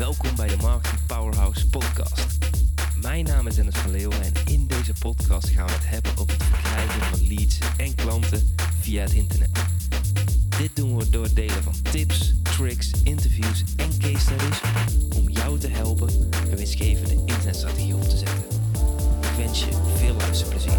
Welkom bij de Marketing Powerhouse podcast. Mijn naam is Dennis van Leeuwen en in deze podcast gaan we het hebben over het verkrijgen van leads en klanten via het internet. Dit doen we door het delen van tips, tricks, interviews en case studies om jou te helpen een winstgevende internetstrategie op te zetten. Ik wens je veel luisterplezier.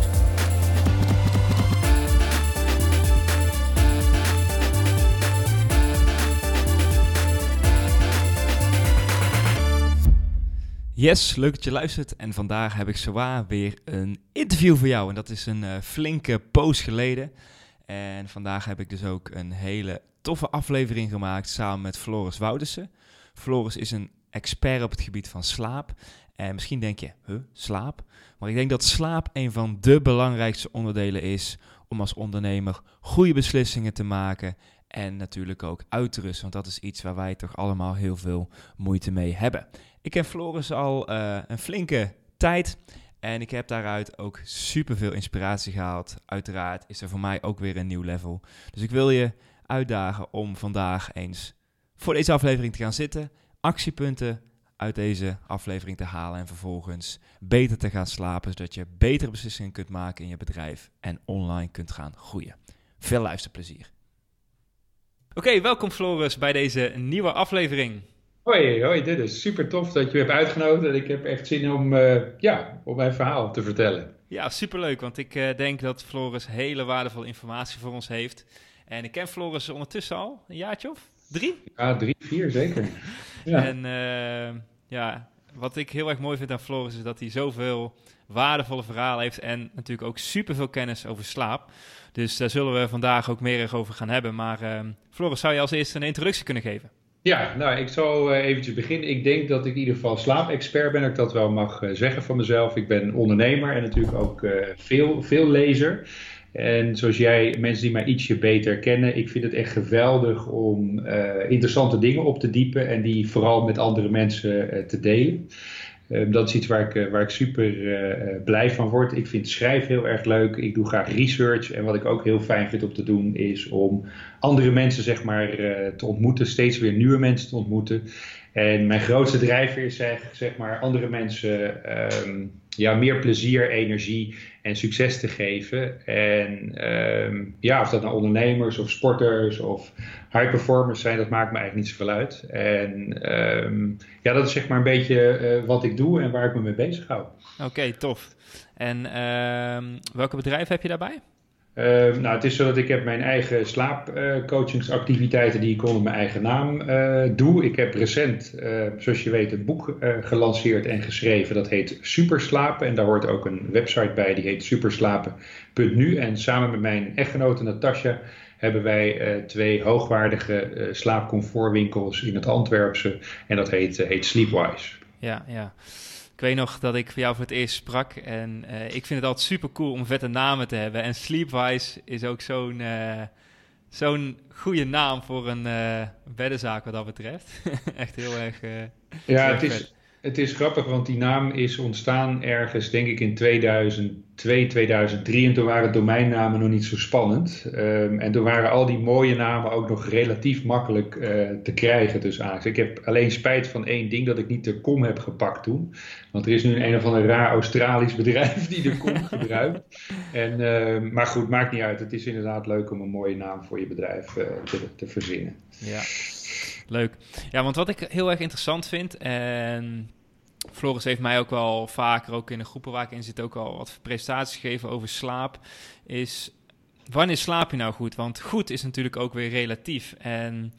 Yes, leuk dat je luistert en vandaag heb ik zowaar weer een interview voor jou en dat is een flinke poos geleden. En vandaag heb ik dus ook een hele toffe aflevering gemaakt samen met Floris Woudersen. Floris is een expert op het gebied van slaap en misschien denk je, slaap? Maar ik denk dat slaap een van de belangrijkste onderdelen is om als ondernemer goede beslissingen te maken en natuurlijk ook uit te rusten, want dat is iets waar wij toch allemaal heel veel moeite mee hebben. Ik ken Floris al een flinke tijd en ik heb daaruit ook superveel inspiratie gehaald. Uiteraard is er voor mij ook weer een nieuw level. Dus ik wil je uitdagen om vandaag eens voor deze aflevering te gaan zitten, actiepunten uit deze aflevering te halen en vervolgens beter te gaan slapen, zodat je betere beslissingen kunt maken in je bedrijf en online kunt gaan groeien. Veel luisterplezier. Oké, welkom Floris bij deze nieuwe aflevering. Hoi, dit is super tof dat je me hebt uitgenodigd en ik heb echt zin om mijn verhaal te vertellen. Ja, superleuk, want ik denk dat Floris hele waardevolle informatie voor ons heeft. En ik ken Floris ondertussen al een jaartje of 3? Ja, 3, 4 zeker. Ja. En wat ik heel erg mooi vind aan Floris is dat hij zoveel waardevolle verhalen heeft en natuurlijk ook superveel kennis over slaap. Dus daar zullen we vandaag ook meer over gaan hebben. Maar Floris, zou je als eerste een introductie kunnen geven? Ja, nou, ik zal eventjes beginnen. Ik denk dat ik in ieder geval slaapexpert ben, dat ik dat wel mag zeggen van mezelf. Ik ben ondernemer en natuurlijk ook veel lezer. En zoals jij, mensen die mij ietsje beter kennen, ik vind het echt geweldig om interessante dingen op te diepen en die vooral met andere mensen te delen. Dat is iets waar ik super blij van word. Ik vind schrijven heel erg leuk. Ik doe graag research. En wat ik ook heel fijn vind om te doen is om andere mensen te ontmoeten. Steeds weer nieuwe mensen te ontmoeten. En mijn grootste drijver is zeg maar andere mensen meer plezier, energie en succes te geven. En of dat nou ondernemers of sporters of high performers zijn, dat maakt me eigenlijk niet zoveel uit. En dat is zeg maar een beetje wat ik doe en waar ik me mee bezig hou. Oké, tof. En welke bedrijven heb je daarbij? Het is zo dat ik heb mijn eigen slaapcoachingsactiviteiten die ik onder mijn eigen naam doe. Ik heb recent, zoals je weet, een boek gelanceerd en geschreven. Dat heet Superslapen en daar hoort ook een website bij die heet superslapen.nu. En samen met mijn echtgenote Natasja hebben wij 2 hoogwaardige slaapcomfortwinkels in het Antwerpse en dat heet Sleepwise. Ja. Ik weet nog dat ik voor jou voor het eerst sprak en ik vind het altijd super cool om vette namen te hebben. En Sleepwise is ook zo'n goede naam voor een beddenzaak wat dat betreft. Echt heel erg het is grappig, want die naam is ontstaan ergens, denk ik, in 2002, 2003. En toen waren domeinnamen nog niet zo spannend. En toen waren al die mooie namen ook nog relatief makkelijk te krijgen. Dus ik heb alleen spijt van één ding, dat ik niet de com heb gepakt toen. Want er is nu een of ander raar Australisch bedrijf die de com gebruikt. Maar goed, maakt niet uit. Het is inderdaad leuk om een mooie naam voor je bedrijf te verzinnen. Ja. Leuk. Ja, want wat ik heel erg interessant vind, en Floris heeft mij ook wel vaker, ook in de groepen waar ik in zit, ook al wat presentaties gegeven over slaap, is wanneer slaap je nou goed? Want goed is natuurlijk ook weer relatief. En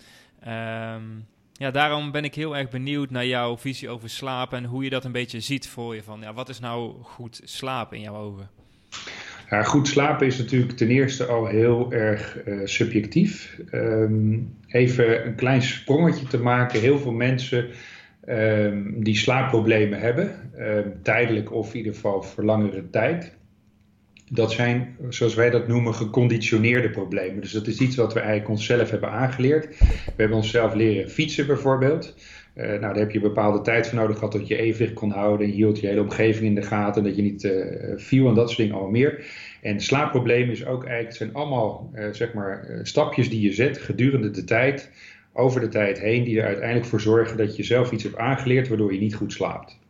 daarom ben ik heel erg benieuwd naar jouw visie over slaap en hoe je dat een beetje ziet voor je. Van, wat is nou goed slapen in jouw ogen? Ja, goed slapen is natuurlijk ten eerste al heel erg subjectief. Even een klein sprongetje te maken. Heel veel mensen die slaapproblemen hebben, tijdelijk of in ieder geval voor langere tijd. Dat zijn, zoals wij dat noemen, geconditioneerde problemen. Dus dat is iets wat we eigenlijk onszelf hebben aangeleerd. We hebben onszelf leren fietsen bijvoorbeeld. Daar heb je een bepaalde tijd voor nodig gehad dat je evenwicht kon houden. En je hield je hele omgeving in de gaten. Dat je niet viel en dat soort dingen allemaal meer. En slaapproblemen is ook eigenlijk, het zijn allemaal stapjes die je zet gedurende de tijd. over de tijd heen die er uiteindelijk voor zorgen dat je zelf iets hebt aangeleerd waardoor je niet goed slaapt.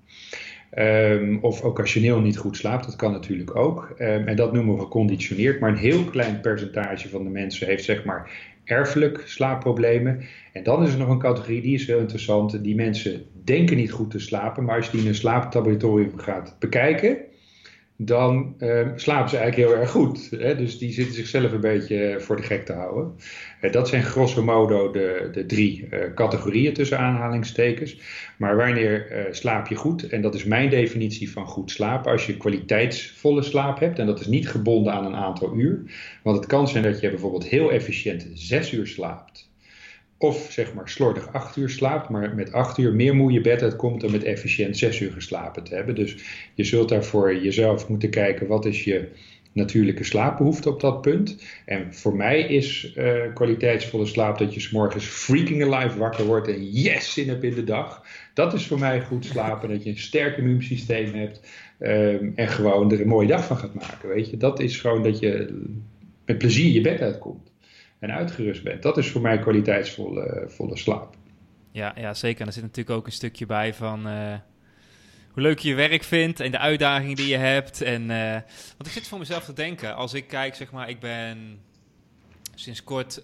Of occasioneel niet goed slaapt, dat kan natuurlijk ook. En dat noemen we geconditioneerd. Maar een heel klein percentage van de mensen heeft zeg maar erfelijk slaapproblemen. En dan is er nog een categorie, die is heel interessant. Die mensen denken niet goed te slapen, maar als je die in een slaaplaboratorium gaat bekijken, dan slapen ze eigenlijk heel erg goed. Hè? Dus die zitten zichzelf een beetje voor de gek te houden. Dat zijn grosso modo de 3 categorieën tussen aanhalingstekens. Maar wanneer slaap je goed? En dat is mijn definitie van goed slapen. Als je kwaliteitsvolle slaap hebt, en dat is niet gebonden aan een aantal uur. Want het kan zijn dat je bijvoorbeeld heel efficiënt 6 uur slaapt. Of zeg maar slordig 8 uur slaapt, maar met 8 uur meer moe je bed uitkomt dan met efficiënt 6 uur geslapen te hebben. Dus je zult daarvoor jezelf moeten kijken, wat is je natuurlijke slaapbehoefte op dat punt. En voor mij is kwaliteitsvolle slaap dat je 's morgens freaking alive wakker wordt en yes, zin hebt in de dag. Dat is voor mij goed slapen, dat je een sterk immuunsysteem hebt en gewoon er een mooie dag van gaat maken. Weet je? Dat is gewoon dat je met plezier je bed uitkomt en uitgerust bent. Dat is voor mij kwaliteitsvolle slaap. Ja, zeker. En er zit natuurlijk ook een stukje bij van hoe leuk je werk vindt en de uitdagingen die je hebt. Want ik zit voor mezelf te denken, als ik kijk, zeg maar, ik ben sinds kort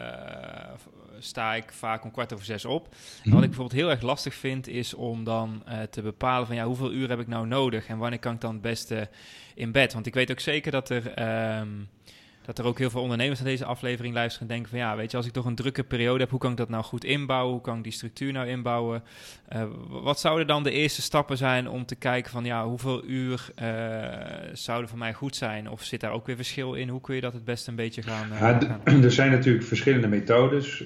sta ik vaak om 6:15 op. En wat ik bijvoorbeeld heel erg lastig vind, is om dan te bepalen van ja, hoeveel uur heb ik nou nodig en wanneer kan ik dan het beste in bed? Want ik weet ook zeker dat er ook heel veel ondernemers naar deze aflevering luisteren en denken van ja, weet je, als ik toch een drukke periode heb, hoe kan ik dat nou goed inbouwen? Hoe kan ik die structuur nou inbouwen? Wat zouden dan de eerste stappen zijn om te kijken van ja, hoeveel uur zouden voor mij goed zijn? Of zit daar ook weer verschil in? Hoe kun je dat het beste een beetje gaan? Er zijn natuurlijk verschillende methodes.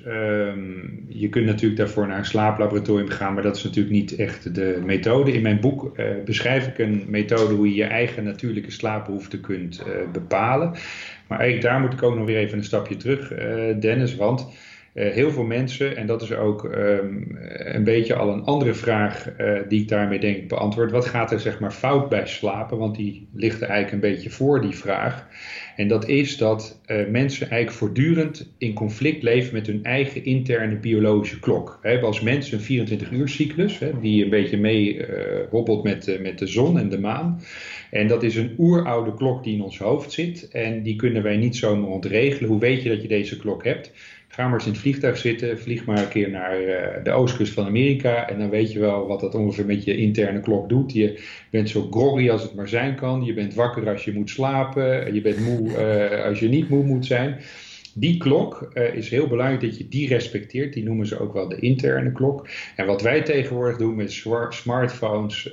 Je kunt natuurlijk daarvoor naar een slaaplaboratorium gaan, maar dat is natuurlijk niet echt de methode. In mijn boek beschrijf ik een methode hoe je je eigen natuurlijke slaapbehoefte kunt bepalen. Maar daar moet ik ook nog weer even een stapje terug, Dennis, want heel veel mensen, en dat is ook een beetje al een andere vraag die ik daarmee denk beantwoord. Wat gaat er zeg maar fout bij slapen? Want die ligt er eigenlijk een beetje voor die vraag. En dat is dat mensen eigenlijk voortdurend in conflict leven met hun eigen interne biologische klok. We hebben als mens een 24-uur cyclus, die een beetje mee hobbelt met de zon en de maan. En dat is een oeroude klok die in ons hoofd zit. En die kunnen wij niet zomaar ontregelen. Hoe weet je dat je deze klok hebt? Ga maar eens in het vliegtuig zitten, vlieg maar een keer naar de oostkust van Amerika en dan weet je wel wat dat ongeveer met je interne klok doet. Je bent zo groggy als het maar zijn kan, je bent wakker als je moet slapen, je bent moe als je niet moe moet zijn. Die klok is heel belangrijk dat je die respecteert. Die noemen ze ook wel de interne klok. En wat wij tegenwoordig doen met smartphones,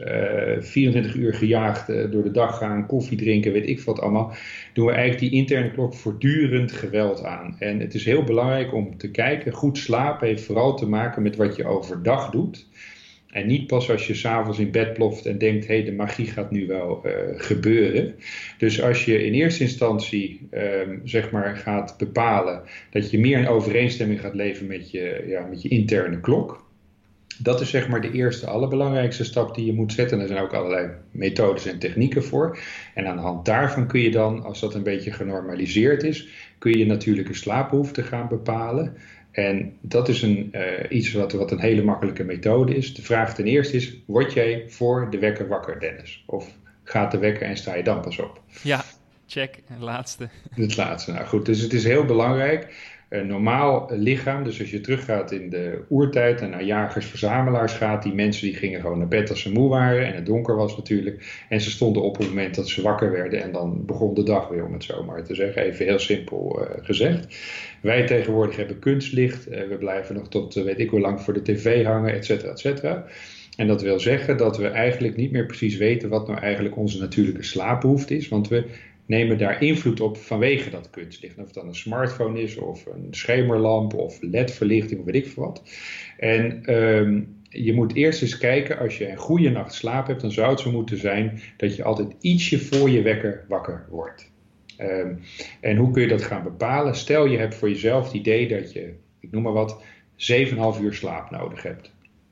24 uur gejaagd door de dag gaan, koffie drinken, weet ik wat allemaal, doen we eigenlijk die interne klok voortdurend geweld aan. En het is heel belangrijk om te kijken, goed slapen heeft vooral te maken met wat je overdag doet. En niet pas als je 's avonds in bed ploft en denkt, hé, de magie gaat nu wel gebeuren. Dus als je in eerste instantie zeg maar gaat bepalen dat je meer in overeenstemming gaat leven met je interne klok. Dat is zeg maar de eerste allerbelangrijkste stap die je moet zetten. En er zijn ook allerlei methodes en technieken voor. En aan de hand daarvan kun je dan, als dat een beetje genormaliseerd is, kun je je natuurlijke slaapbehoefte gaan bepalen. En dat is iets wat een hele makkelijke methode is. De vraag ten eerste is, word jij voor de wekker wakker, Dennis? Of gaat de wekker en sta je dan pas op? Ja, check. Het laatste. Het laatste, nou goed. Dus het is heel belangrijk. Een normaal lichaam, dus als je teruggaat in de oertijd en naar jagers-verzamelaars gaat, die mensen die gingen gewoon naar bed als ze moe waren en het donker was natuurlijk. En ze stonden op het moment dat ze wakker werden en dan begon de dag weer, om het zo maar te zeggen. Even heel simpel gezegd. Wij tegenwoordig hebben kunstlicht. We blijven nog tot weet ik hoe lang voor de tv hangen, et cetera, et cetera. En dat wil zeggen dat we eigenlijk niet meer precies weten wat nou eigenlijk onze natuurlijke slaapbehoefte is, want we nemen daar invloed op vanwege dat kunstlicht. Of het dan een smartphone is, of een schemerlamp, of ledverlichting, of weet ik veel wat. En je moet eerst eens kijken, als je een goede nacht slaap hebt, dan zou het zo moeten zijn dat je altijd ietsje voor je wekker wakker wordt. En hoe kun je dat gaan bepalen? Stel je hebt voor jezelf het idee dat je, ik noem maar wat, 7,5 uur slaap nodig hebt.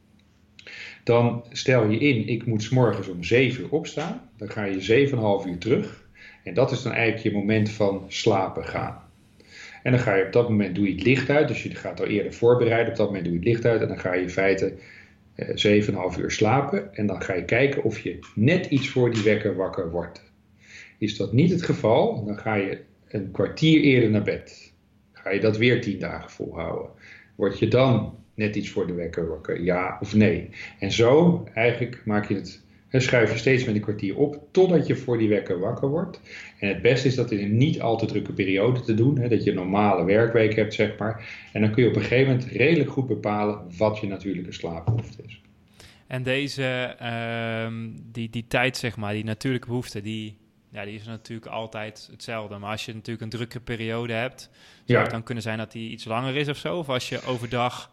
Dan stel je in, ik moet 's morgens om 7 uur opstaan. Dan ga je 7,5 uur terug. En dat is dan eigenlijk je moment van slapen gaan. En dan ga je op dat moment, doe je het licht uit. Dus je gaat al eerder voorbereiden. Op dat moment doe je het licht uit. En dan ga je in feite 7,5 uur slapen. En dan ga je kijken of je net iets voor die wekker wakker wordt. Is dat niet het geval, dan ga je een kwartier eerder naar bed. Ga je dat weer 10 dagen volhouden. Word je dan net iets voor de wekker wakker? Ja of nee? En zo eigenlijk maak je het, schuif je steeds met een kwartier op totdat je voor die wekker wakker wordt. En het beste is dat in een niet al te drukke periode te doen. Dat je een normale werkweek hebt, zeg maar. En dan kun je op een gegeven moment redelijk goed bepalen wat je natuurlijke slaapbehoefte is. En deze, die tijd, zeg maar, die natuurlijke behoefte, die is natuurlijk altijd hetzelfde. Maar als je natuurlijk een drukke periode hebt, zou het dan kunnen zijn dat die iets langer is of zo? Of als je overdag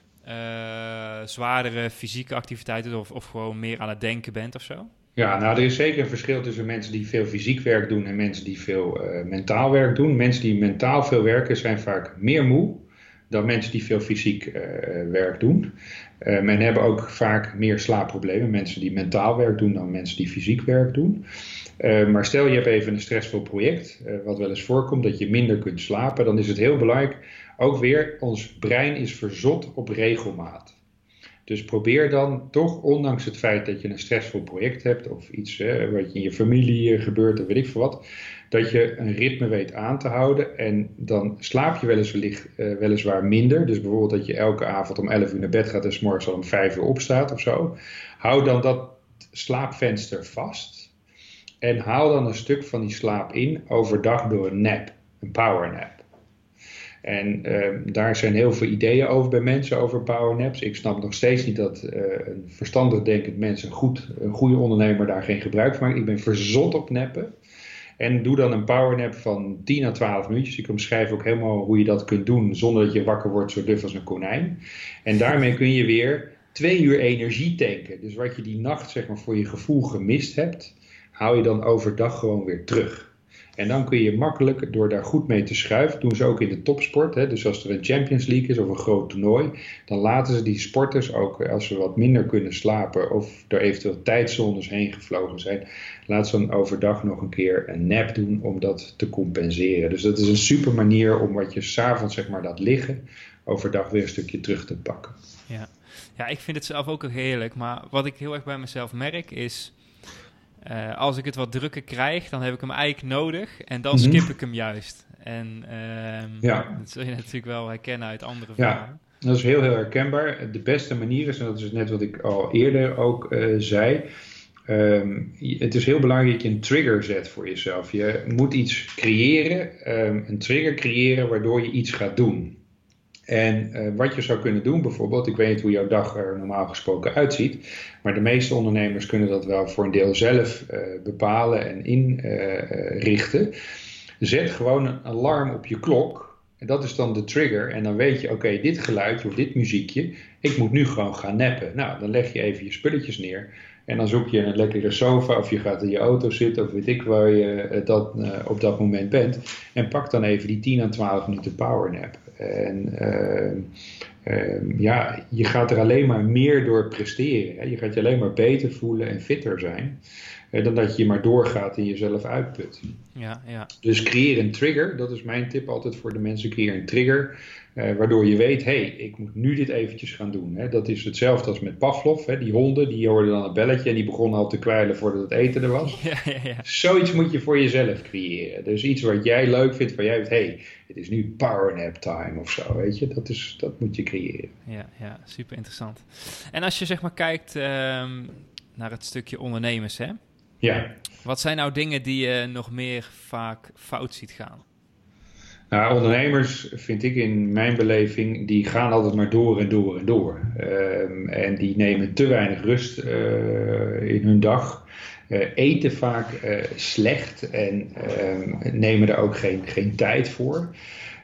zwaardere fysieke activiteiten doet of gewoon meer aan het denken bent of zo? Ja, nou, er is zeker een verschil tussen mensen die veel fysiek werk doen en mensen die veel mentaal werk doen. Mensen die mentaal veel werken zijn vaak meer moe dan mensen die veel fysiek werk doen. Men hebben ook vaak meer slaapproblemen. Mensen die mentaal werk doen dan mensen die fysiek werk doen. Maar stel je hebt even een stressvol project, wat wel eens voorkomt dat je minder kunt slapen. Dan is het heel belangrijk, ook weer, ons brein is verzot op regelmaat. Dus probeer dan toch, ondanks het feit dat je een stressvol project hebt of iets wat in je familie gebeurt of weet ik veel wat, dat je een ritme weet aan te houden en dan slaap je weliswaar minder. Dus bijvoorbeeld dat je elke avond om 11 uur naar bed gaat en 's morgens al om 5 uur opstaat of zo. Hou dan dat slaapvenster vast en haal dan een stuk van die slaap in overdag door een nap, een powernap. En daar zijn heel veel ideeën over bij mensen over powernaps. Ik snap nog steeds niet dat een verstandig denkend mens, een goede ondernemer daar geen gebruik van maakt. Ik ben verzot op nappen. En doe dan een powernap van 10 à 12 minuutjes. Ik omschrijf ook helemaal hoe je dat kunt doen zonder dat je wakker wordt zo duf als een konijn. En daarmee kun je weer 2 uur energie tanken. Dus wat je die nacht zeg maar voor je gevoel gemist hebt, hou je dan overdag gewoon weer terug. En dan kun je makkelijk, door daar goed mee te schuiven, doen ze ook in de topsport. Hè, dus als er een Champions League is of een groot toernooi, dan laten ze die sporters ook, als ze wat minder kunnen slapen of er eventueel tijdzones heen gevlogen zijn, laten ze dan overdag nog een keer een nap doen om dat te compenseren. Dus dat is een super manier om wat je 's avonds zeg maar laat liggen, overdag weer een stukje terug te pakken. Ja, ik vind het zelf ook heerlijk, maar wat ik heel erg bij mezelf merk is, als ik het wat drukker krijg, dan heb ik hem eigenlijk nodig en dan skip ik hem juist. En dat zul je natuurlijk wel herkennen uit andere verhalen. Ja, dat is heel herkenbaar. De beste manier is, en dat is net wat ik al eerder ook zei, het is heel belangrijk dat je een trigger zet voor jezelf. Je moet iets creëren, een trigger creëren waardoor je iets gaat doen. En wat je zou kunnen doen bijvoorbeeld, ik weet niet hoe jouw dag er normaal gesproken uitziet, maar de meeste ondernemers kunnen dat wel voor een deel zelf bepalen en inrichten. Zet gewoon een alarm op je klok en dat is dan de trigger en dan weet je, oké, dit geluidje of dit muziekje, ik moet nu gewoon gaan nappen. Nou, dan leg je even je spulletjes neer en dan zoek je een lekkere sofa of je gaat in je auto zitten of weet ik waar je op dat moment bent en pak dan even die 10 à 12 minuten powernap. En je gaat er alleen maar meer door presteren. Hè? Je gaat je alleen maar beter voelen en fitter zijn dan dat je maar doorgaat en jezelf uitput. Ja. Dus creëer een trigger, dat is mijn tip altijd voor de mensen. Creëer een trigger waardoor je weet, ik moet nu dit eventjes gaan doen. Hè? Dat is hetzelfde als met Pavlov. Hè? Die honden, die hoorden dan een belletje en die begonnen al te kwijlen voordat het eten er was. Ja. Zoiets moet je voor jezelf creëren. Dus iets wat jij leuk vindt, waar jij weet, het is nu powernap time of zo, weet je. Dat moet je creëren. Ja, super interessant. En als je zeg maar kijkt naar het stukje ondernemers, hè? Ja. Wat zijn nou dingen die je nog meer vaak fout ziet gaan? Nou, ondernemers vind ik in mijn beleving, die gaan altijd maar door en door en door. En die nemen te weinig rust in hun dag. Eten vaak slecht en nemen er ook geen tijd voor.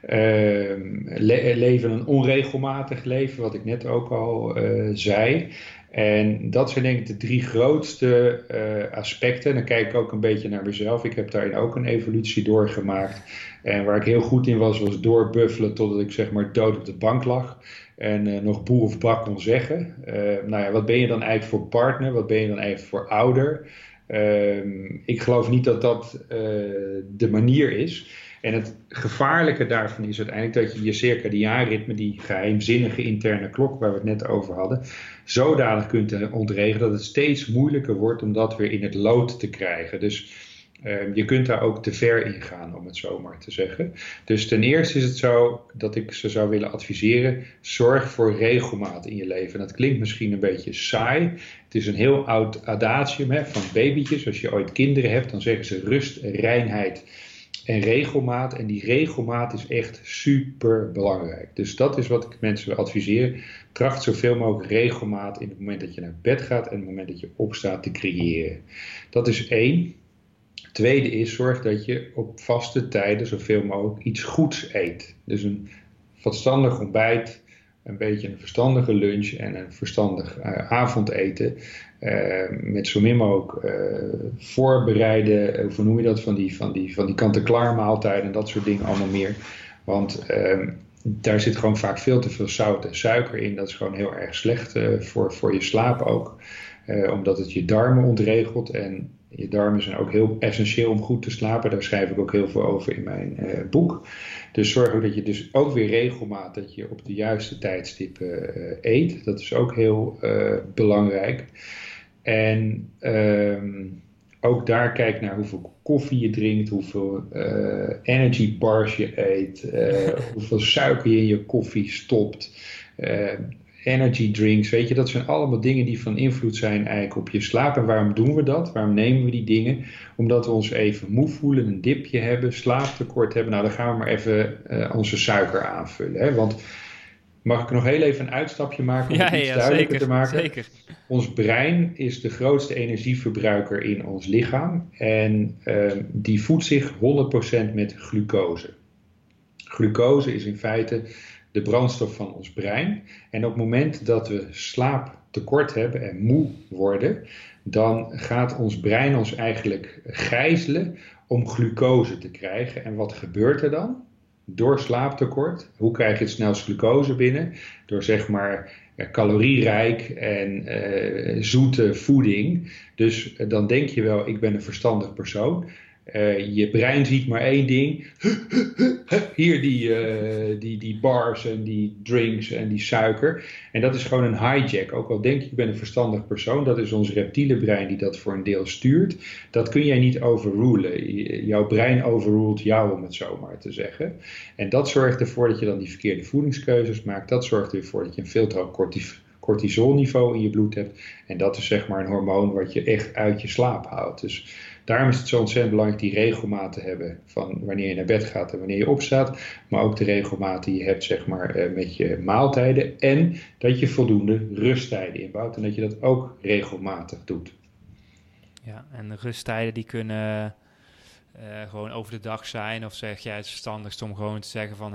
Leven een onregelmatig leven, wat ik net ook al zei. En dat zijn denk ik de 3 grootste aspecten. En dan kijk ik ook een beetje naar mezelf. Ik heb daarin ook een evolutie doorgemaakt. En waar ik heel goed in was doorbuffelen totdat ik zeg maar dood op de bank lag. En nog boer of brak kon zeggen. Wat ben je dan eigenlijk voor partner? Wat ben je dan eigenlijk voor ouder? Ik geloof niet dat dat de manier is. En het gevaarlijke daarvan is uiteindelijk dat je je circadiaanritme, die geheimzinnige interne klok waar we het net over hadden, zodanig kunt ontregelen dat het steeds moeilijker wordt om dat weer in het lood te krijgen. Dus je kunt daar ook te ver in gaan, om het zo maar te zeggen. Dus ten eerste is het zo dat ik ze zou willen adviseren, zorg voor regelmaat in je leven. En dat klinkt misschien een beetje saai. Het is een heel oud adagium van babytjes. Als je ooit kinderen hebt, dan zeggen ze rust, reinheid en regelmaat. En die regelmaat is echt super belangrijk. Dus dat is wat ik mensen wil adviseren. Tracht zoveel mogelijk regelmaat in het moment dat je naar bed gaat en het moment dat je opstaat te creëren. Dat is 1. Tweede is, zorg dat je op vaste tijden zoveel mogelijk iets goeds eet. Dus een verstandig ontbijt, een beetje een verstandige lunch en een verstandig avondeten. Met zo min mogelijk voorbereide, hoe noem je dat, van die kant-en-klaar maaltijden en dat soort dingen allemaal meer. Want daar zit gewoon vaak veel te veel zout en suiker in. Dat is gewoon heel erg slecht voor je slaap ook. Omdat het je darmen ontregelt en je darmen zijn ook heel essentieel om goed te slapen. Daar schrijf ik ook heel veel over in mijn boek. Dus zorg ook dat je dus ook weer regelmaat dat je op de juiste tijdstippen eet. Dat is ook heel belangrijk. En ook daar kijk naar hoeveel koffie je drinkt, hoeveel energy bars je eet, hoeveel suiker je in je koffie stopt. Energy drinks, weet je, dat zijn allemaal dingen die van invloed zijn eigenlijk op je slaap. En waarom doen we dat? Waarom nemen we die dingen? Omdat we ons even moe voelen, een dipje hebben, slaaptekort hebben. Nou, dan gaan we maar even onze suiker aanvullen. Hè? Want mag ik nog heel even een uitstapje maken om het iets duidelijker te maken? Zeker. Ons brein is de grootste energieverbruiker in ons lichaam. En die voedt zich 100% met glucose. Glucose is in feite de brandstof van ons brein. En op het moment dat we slaaptekort hebben en moe worden, dan gaat ons brein ons eigenlijk gijzelen om glucose te krijgen. En wat gebeurt er dan? Door slaaptekort, hoe krijg je het snelst glucose binnen? Door zeg maar calorierijk en zoete voeding. Dus dan denk je wel, ik ben een verstandig persoon. Je brein ziet maar één ding. Hier die bars en die drinks en die suiker. En dat is gewoon een hijack. Ook al denk je, ik ben een verstandig persoon. Dat is ons reptiele brein die dat voor een deel stuurt. Dat kun jij niet overrulen. Jouw brein overruled jou, om het zo maar te zeggen. En dat zorgt ervoor dat je dan die verkeerde voedingskeuzes maakt. Dat zorgt ervoor dat je een veel te hoog cortisolniveau in je bloed hebt. En dat is zeg maar een hormoon wat je echt uit je slaap houdt. Dus daarom is het zo ontzettend belangrijk die regelmaat te hebben van wanneer je naar bed gaat en wanneer je opstaat. Maar ook de regelmaat die je hebt zeg maar met je maaltijden. En dat je voldoende rusttijden inbouwt en dat je dat ook regelmatig doet. Ja, en de rusttijden die kunnen gewoon over de dag zijn. Of zeg jij het verstandigst om gewoon te zeggen van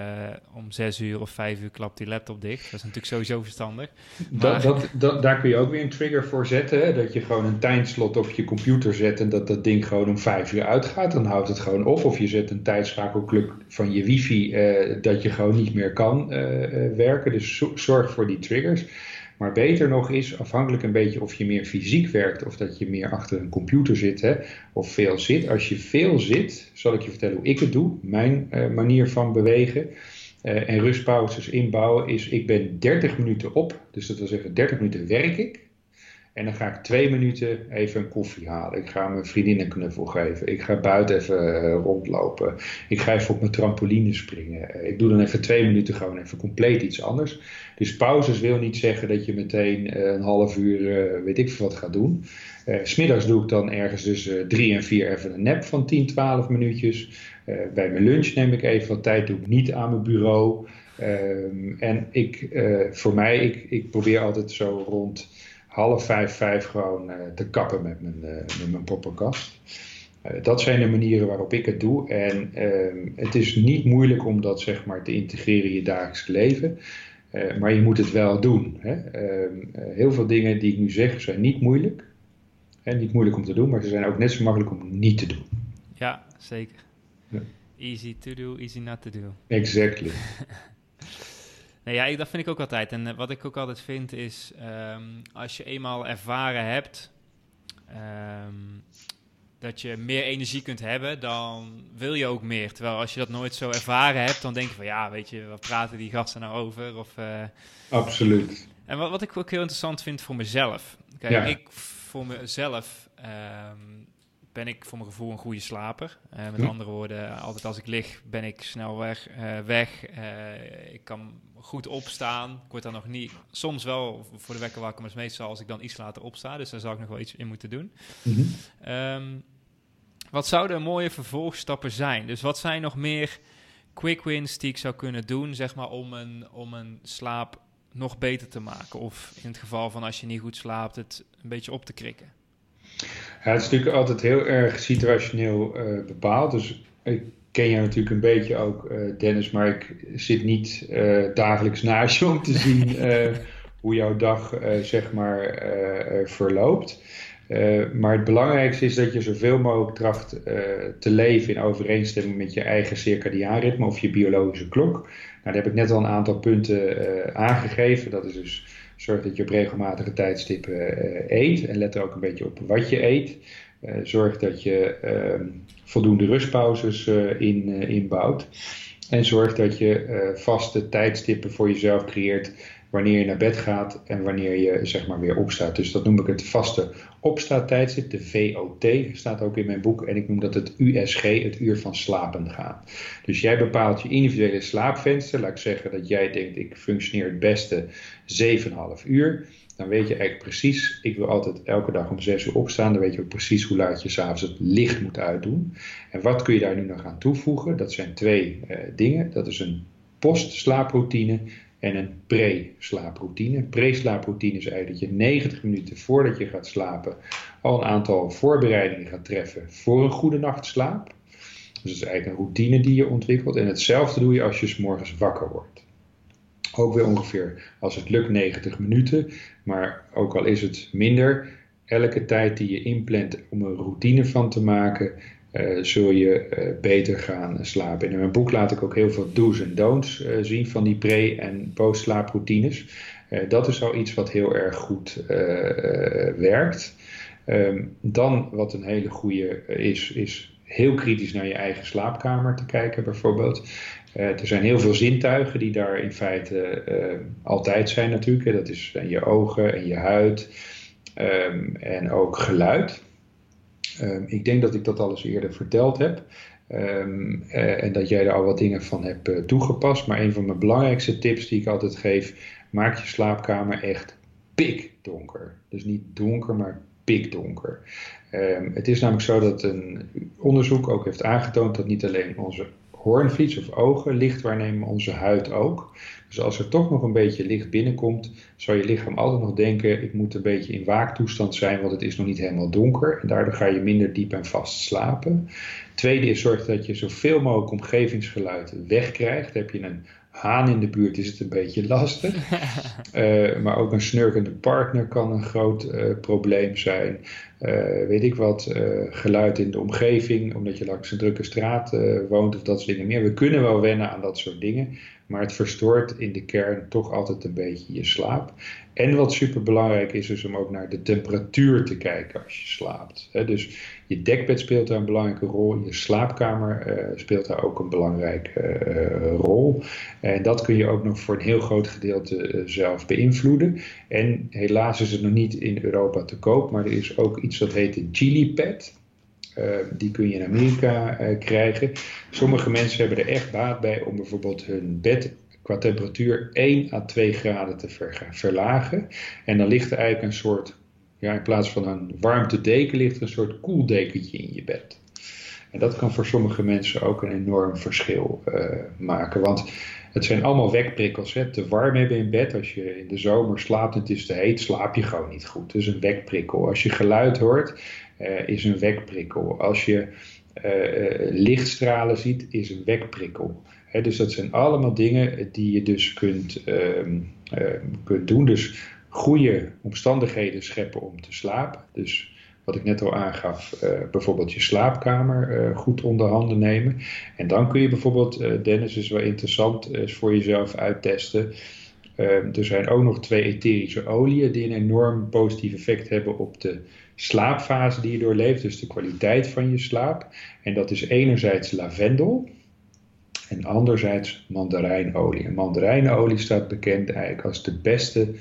om 6 uur of 5 uur klapt die laptop dicht. Dat is natuurlijk sowieso verstandig. Maar Daar kun je ook weer een trigger voor zetten. Hè? Dat je gewoon een tijdslot op je computer zet en dat ding gewoon om 5 uur uitgaat. Dan houdt het gewoon op. Of je zet een tijdschakelklok van je wifi dat je gewoon niet meer kan werken. Dus zorg voor die triggers. Maar beter nog is, afhankelijk een beetje of je meer fysiek werkt of dat je meer achter een computer zit, hè, of veel zit. Als je veel zit, zal ik je vertellen hoe ik het doe. Mijn manier van bewegen en rustpauzes inbouwen is, ik ben 30 minuten op. Dus dat wil zeggen 30 minuten werk ik. En dan ga ik 2 minuten even een koffie halen. Ik ga mijn vriendin een knuffel geven. Ik ga buiten even rondlopen. Ik ga even op mijn trampoline springen. Ik doe dan even 2 minuten gewoon even compleet iets anders. Dus pauzes wil niet zeggen dat je meteen een half uur weet ik veel wat gaat doen. 's Middags doe ik dan ergens tussen 3 en 4 even een nap van 10, 12 minuutjes. Bij mijn lunch neem ik even wat tijd. Doe ik niet aan mijn bureau. En ik probeer altijd zo rond 4:30 gewoon te kappen met mijn poppenkast. Dat zijn de manieren waarop ik het doe. En het is niet moeilijk om dat zeg maar te integreren in je dagelijks leven. Maar je moet het wel doen. Hè? Heel veel dingen die ik nu zeg zijn niet moeilijk. Niet moeilijk om te doen, maar ze zijn ook net zo makkelijk om niet te doen. Ja, zeker. Ja. Easy to do, easy not to do. Exactly. Nee, ja, dat vind ik ook altijd. En wat ik ook altijd vind is, als je eenmaal ervaren hebt dat je meer energie kunt hebben, dan wil je ook meer. Terwijl als je dat nooit zo ervaren hebt, dan denk je van ja, weet je, wat praten die gasten nou over? Absoluut. En wat ik ook heel interessant vind voor mezelf. Kijk, ik voor mezelf ben ik voor mijn gevoel een goede slaper. Met andere woorden, altijd als ik lig, ben ik snel weg. Ik kan goed opstaan. Ik word dan nog niet... Soms wel voor de wekker wakker, maar meestal als ik dan iets later opsta. Dus daar zou ik nog wel iets in moeten doen. Wat zouden mooie vervolgstappen zijn? Dus wat zijn nog meer quick wins die ik zou kunnen doen, zeg maar, om een slaap nog beter te maken? Of in het geval van als je niet goed slaapt, het een beetje op te krikken? Ja, het is natuurlijk altijd heel erg situationeel bepaald. Dus ik ken jou natuurlijk een beetje ook, Dennis, maar ik zit niet dagelijks naast je om te zien hoe jouw dag verloopt. Maar het belangrijkste is dat je zoveel mogelijk tracht te leven in overeenstemming met je eigen circadiaanritme of je biologische klok. Nou, daar heb ik net al een aantal punten aangegeven. Dat is dus zorg dat je op regelmatige tijdstippen eet en let er ook een beetje op wat je eet. Zorg dat je voldoende rustpauzes inbouwt. En zorg dat je vaste tijdstippen voor jezelf creëert wanneer je naar bed gaat en wanneer je weer opstaat. Dus dat noem ik het vaste opstaattijdstip, de VOT, staat ook in mijn boek. En ik noem dat het USG, het uur van slapen gaan. Dus jij bepaalt je individuele slaapvenster. Laat ik zeggen dat jij denkt, ik functioneer het beste 7,5 uur. Dan weet je eigenlijk precies, ik wil altijd elke dag om 6 uur opstaan. Dan weet je ook precies hoe laat je s'avonds het licht moet uitdoen. En wat kun je daar nu nog aan toevoegen? Dat zijn 2 dingen. Dat is een postslaaproutine en een pre-slaaproutine. Pre-slaaproutine is eigenlijk dat je 90 minuten voordat je gaat slapen al een aantal voorbereidingen gaat treffen voor een goede nachtslaap. Dus dat is eigenlijk een routine die je ontwikkelt. En hetzelfde doe je als je 's morgens wakker wordt. Ook weer ongeveer, als het lukt, 90 minuten. Maar ook al is het minder, elke tijd die je inplant om een routine van te maken, zul je beter gaan slapen. En in mijn boek laat ik ook heel veel do's en don'ts zien van die pre- en post-slaaproutines. Dat is al iets wat heel erg goed werkt. Dan wat een hele goede is heel kritisch naar je eigen slaapkamer te kijken bijvoorbeeld. Er zijn heel veel zintuigen die daar in feite altijd zijn natuurlijk. Dat is je ogen en je huid en ook geluid. Ik denk dat ik dat al eens eerder verteld heb. En dat jij er al wat dingen van hebt toegepast. Maar een van mijn belangrijkste tips die ik altijd geef, maak je slaapkamer echt pikdonker. Dus niet donker, maar pikdonker. Het is namelijk zo dat een onderzoek ook heeft aangetoond dat niet alleen onze hoornvlies of ogen licht waarnemen, onze huid ook. Dus als er toch nog een beetje licht binnenkomt, zou je lichaam altijd nog denken, ik moet een beetje in waaktoestand zijn, want het is nog niet helemaal donker. En daardoor ga je minder diep en vast slapen. Tweede is, zorg dat je zoveel mogelijk omgevingsgeluid wegkrijgt. Heb je een haan in de buurt, is het een beetje lastig. Maar ook een snurkende partner kan een groot probleem zijn. Weet ik wat, geluid in de omgeving, omdat je langs een drukke straat woont of dat soort dingen meer. We kunnen wel wennen aan dat soort dingen, maar het verstoort in de kern toch altijd een beetje je slaap. En wat super belangrijk is om ook naar de temperatuur te kijken als je slaapt. Dus je dekbed speelt daar een belangrijke rol, je slaapkamer speelt daar ook een belangrijke rol. En dat kun je ook nog voor een heel groot gedeelte zelf beïnvloeden. En helaas is het nog niet in Europa te koop, maar er is ook iets dat heet de Chili Pad. Die kun je in Amerika krijgen. Sommige mensen hebben er echt baat bij om bijvoorbeeld hun bed qua temperatuur 1 à 2 graden te verlagen. En dan ligt er eigenlijk een soort, in plaats van een warmtedeken, ligt er een soort koeldekentje in je bed. En dat kan voor sommige mensen ook een enorm verschil maken. Want het zijn allemaal wekprikkels. Te warm hebben in bed. Als je in de zomer slaapt en het is te heet, slaap je gewoon niet goed. Dat is een wekprikkel. Als je geluid hoort, is een wekprikkel. Als je lichtstralen ziet, is een wekprikkel. Dus dat zijn allemaal dingen die je dus kunt doen. Dus goede omstandigheden scheppen om te slapen. Dus wat ik net al aangaf, bijvoorbeeld je slaapkamer goed onder handen nemen. En dan kun je bijvoorbeeld, Dennis, is wel interessant, eens voor jezelf uittesten. Er zijn ook nog 2 etherische oliën die een enorm positief effect hebben op de slaapfase die je doorleeft, dus de kwaliteit van je slaap. En dat is enerzijds lavendel en anderzijds mandarijnolie. En mandarijnolie staat bekend eigenlijk als de beste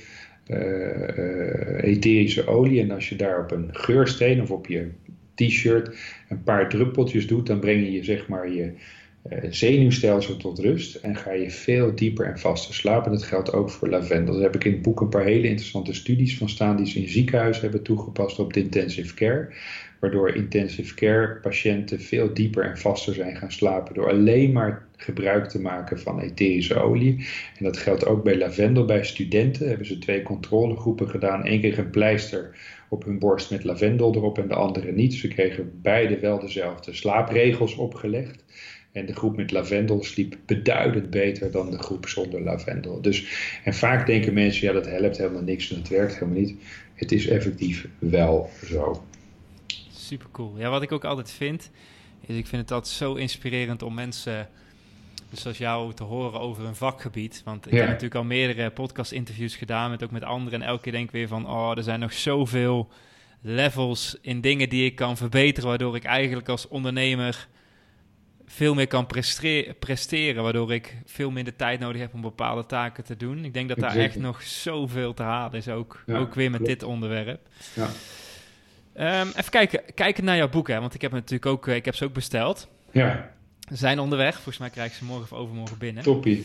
etherische olie. En als je daar op een geursteen of op je t-shirt een paar druppeltjes doet, dan breng je zeg maar je zenuwstelsel tot rust en ga je veel dieper en vaster slapen. Dat geldt ook voor lavendel. Daar heb ik in het boek een paar hele interessante studies van staan die ze in ziekenhuizen hebben toegepast op de intensive care. Waardoor intensive care patiënten veel dieper en vaster zijn gaan slapen door alleen maar gebruik te maken van etherische olie. En dat geldt ook bij lavendel. Bij studenten hebben ze 2 controlegroepen gedaan. Eén kreeg een pleister op hun borst met lavendel erop en de andere niet. Ze kregen beide wel dezelfde slaapregels opgelegd. En de groep met lavendel sliep beduidend beter dan de groep zonder lavendel. En vaak denken mensen, ja, dat helpt helemaal niks en dat werkt helemaal niet. Het is effectief wel zo. Super cool. Ja, wat ik ook altijd vind, is ik vind het altijd zo inspirerend om mensen, dus zoals jou, te horen over een vakgebied. Want ik heb natuurlijk al meerdere podcast-interviews gedaan, ook met anderen. En elke keer denk ik weer van, er zijn nog zoveel levels in dingen die ik kan verbeteren, waardoor ik eigenlijk als ondernemer veel meer kan presteren, waardoor ik veel minder tijd nodig heb om bepaalde taken te doen. Ik denk dat daar echt nog zoveel te halen is, ook weer met dit onderwerp. Ja. Even kijken naar jouw boek, hè? Want ik heb natuurlijk ook, ik heb ze ook besteld. Ja. Ze zijn onderweg. Volgens mij krijg ik ze morgen of overmorgen binnen. Toppie.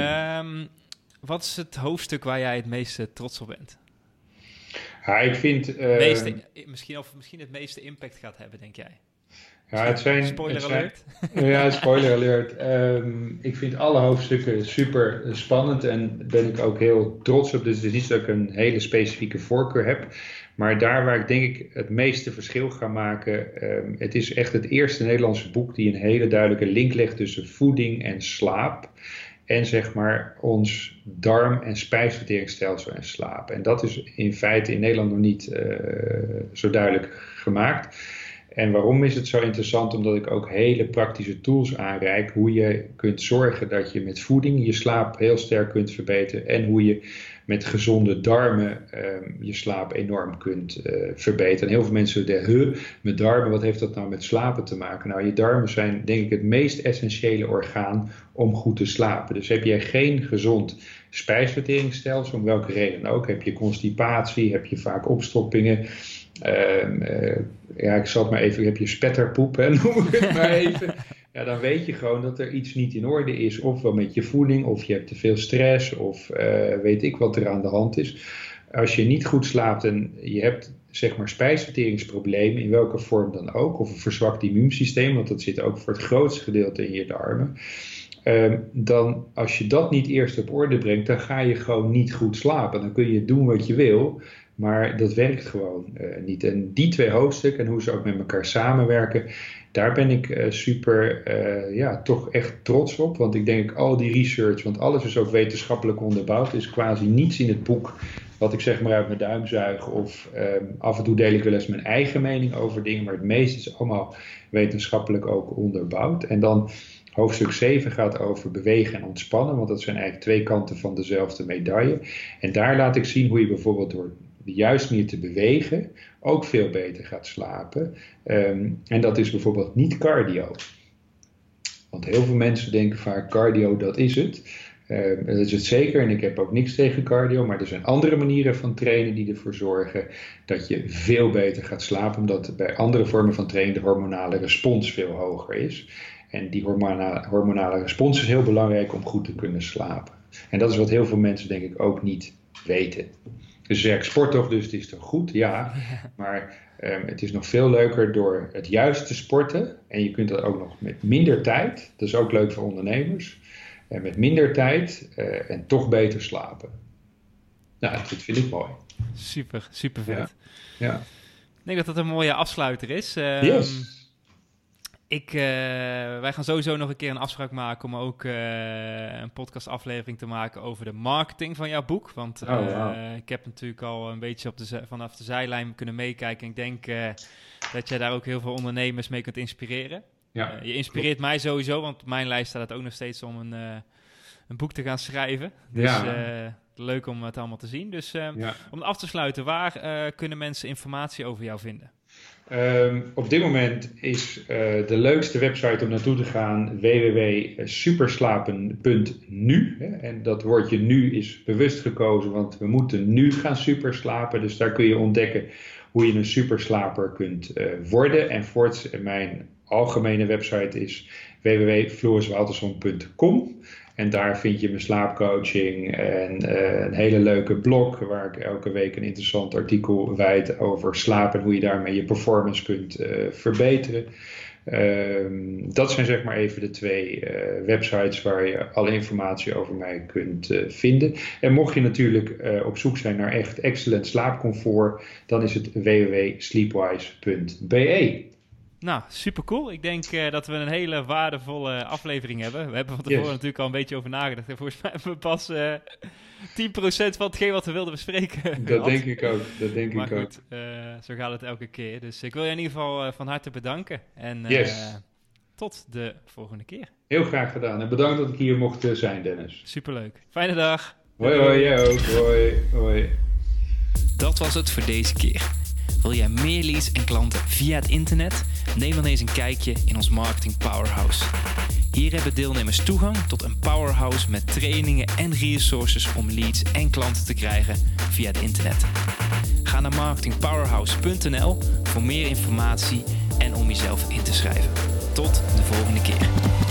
Wat is het hoofdstuk waar jij het meeste trots op bent? Ja, ik vind misschien het meeste impact gaat hebben, denk jij? Ja, spoiler alert. Ja, spoiler alert. Ik vind alle hoofdstukken super spannend en ben ik ook heel trots op. Dus het is niet dat ik een hele specifieke voorkeur heb. Maar daar waar ik denk ik het meeste verschil ga maken, het is echt het eerste Nederlandse boek die een hele duidelijke link legt tussen voeding en slaap. En zeg maar ons darm- en spijsverteringsstelsel en slaap. En dat is in feite in Nederland nog niet zo duidelijk gemaakt. En waarom is het zo interessant? Omdat ik ook hele praktische tools aanreik. Hoe je kunt zorgen dat je met voeding je slaap heel sterk kunt verbeteren. En hoe je met gezonde darmen je slaap enorm kunt verbeteren. En heel veel mensen denken, met darmen, wat heeft dat nou met slapen te maken? Nou, je darmen zijn denk ik het meest essentiële orgaan om goed te slapen. Dus heb jij geen gezond spijsverteringsstelsel, om welke reden ook, heb je constipatie, heb je vaak opstoppingen. Ik zal het maar even, heb je spetterpoep, hè, noem ik het maar even. Ja, dan weet je gewoon dat er iets niet in orde is. Ofwel met je voeding, of je hebt te veel stress, of weet ik wat er aan de hand is. Als je niet goed slaapt en je hebt zeg maar spijsverteringsproblemen, in welke vorm dan ook, of een verzwakt immuunsysteem, want dat zit ook voor het grootste gedeelte in je darmen. Dan als je dat niet eerst op orde brengt, dan ga je gewoon niet goed slapen. Dan kun je doen wat je wil, maar dat werkt gewoon niet. En die 2 hoofdstukken en hoe ze ook met elkaar samenwerken, daar ben ik toch echt trots op. Want ik denk al die research, want alles is ook wetenschappelijk onderbouwd, is quasi niets in het boek wat ik zeg maar uit mijn duim zuig. Of af en toe deel ik wel eens mijn eigen mening over dingen, maar het meeste is allemaal wetenschappelijk ook onderbouwd. En dan hoofdstuk 7 gaat over bewegen en ontspannen, want dat zijn eigenlijk 2 kanten van dezelfde medaille. En daar laat ik zien hoe je bijvoorbeeld door de juiste manier te bewegen ook veel beter gaat slapen. En dat is bijvoorbeeld niet cardio. Want heel veel mensen denken vaak cardio, dat is het. Dat is het zeker en ik heb ook niks tegen cardio, maar er zijn andere manieren van trainen die ervoor zorgen dat je veel beter gaat slapen, omdat bij andere vormen van trainen de hormonale respons veel hoger is. En die hormonale respons is heel belangrijk om goed te kunnen slapen. En dat is wat heel veel mensen denk ik ook niet weten. Dus ik sport toch, dus het is toch goed? Ja, maar het is nog veel leuker door het juist te sporten. En je kunt dat ook nog met minder tijd. Dat is ook leuk voor ondernemers. Met minder tijd en toch beter slapen. Nou, dat vind ik mooi. Super, super vet. Ja. Ik denk dat dat een mooie afsluiter is. Yes. Wij gaan sowieso nog een keer een afspraak maken om ook een podcastaflevering te maken over de marketing van jouw boek. Want ik heb natuurlijk al een beetje vanaf de zijlijn kunnen meekijken. En ik denk dat jij daar ook heel veel ondernemers mee kunt inspireren. Ja, je inspireert mij sowieso, want op mijn lijst staat het ook nog steeds om een boek te gaan schrijven. Dus leuk om het allemaal te zien. Dus om af te sluiten, waar kunnen mensen informatie over jou vinden? Op dit moment is de leukste website om naartoe te gaan www.superslapen.nu. En dat woordje nu is bewust gekozen, want we moeten nu gaan superslapen. Dus daar kun je ontdekken hoe je een superslaper kunt worden. En voorts, mijn algemene website is www.floriswalterson.com. En daar vind je mijn slaapcoaching en een hele leuke blog waar ik elke week een interessant artikel wijd over slaap en hoe je daarmee je performance kunt verbeteren. Dat zijn zeg maar even de 2 websites waar je alle informatie over mij kunt vinden. En mocht je natuurlijk op zoek zijn naar echt excellent slaapcomfort, dan is het www.sleepwise.be. Nou, super cool. Ik denk dat we een hele waardevolle aflevering hebben. We hebben van tevoren natuurlijk al een beetje over nagedacht. En volgens mij hebben we pas 10% van hetgeen wat we wilden bespreken. Dat denk ik ook. Maar goed, zo gaat het elke keer. Dus ik wil je in ieder geval van harte bedanken. En tot de volgende keer. Heel graag gedaan. En bedankt dat ik hier mocht zijn, Dennis. Superleuk. Fijne dag. Hoi, jij ook. Hoi. Dat was het voor deze keer. Wil jij meer leads en klanten via het internet? Neem dan eens een kijkje in ons Marketing Powerhouse. Hier hebben deelnemers toegang tot een powerhouse met trainingen en resources om leads en klanten te krijgen via het internet. Ga naar marketingpowerhouse.nl voor meer informatie en om jezelf in te schrijven. Tot de volgende keer.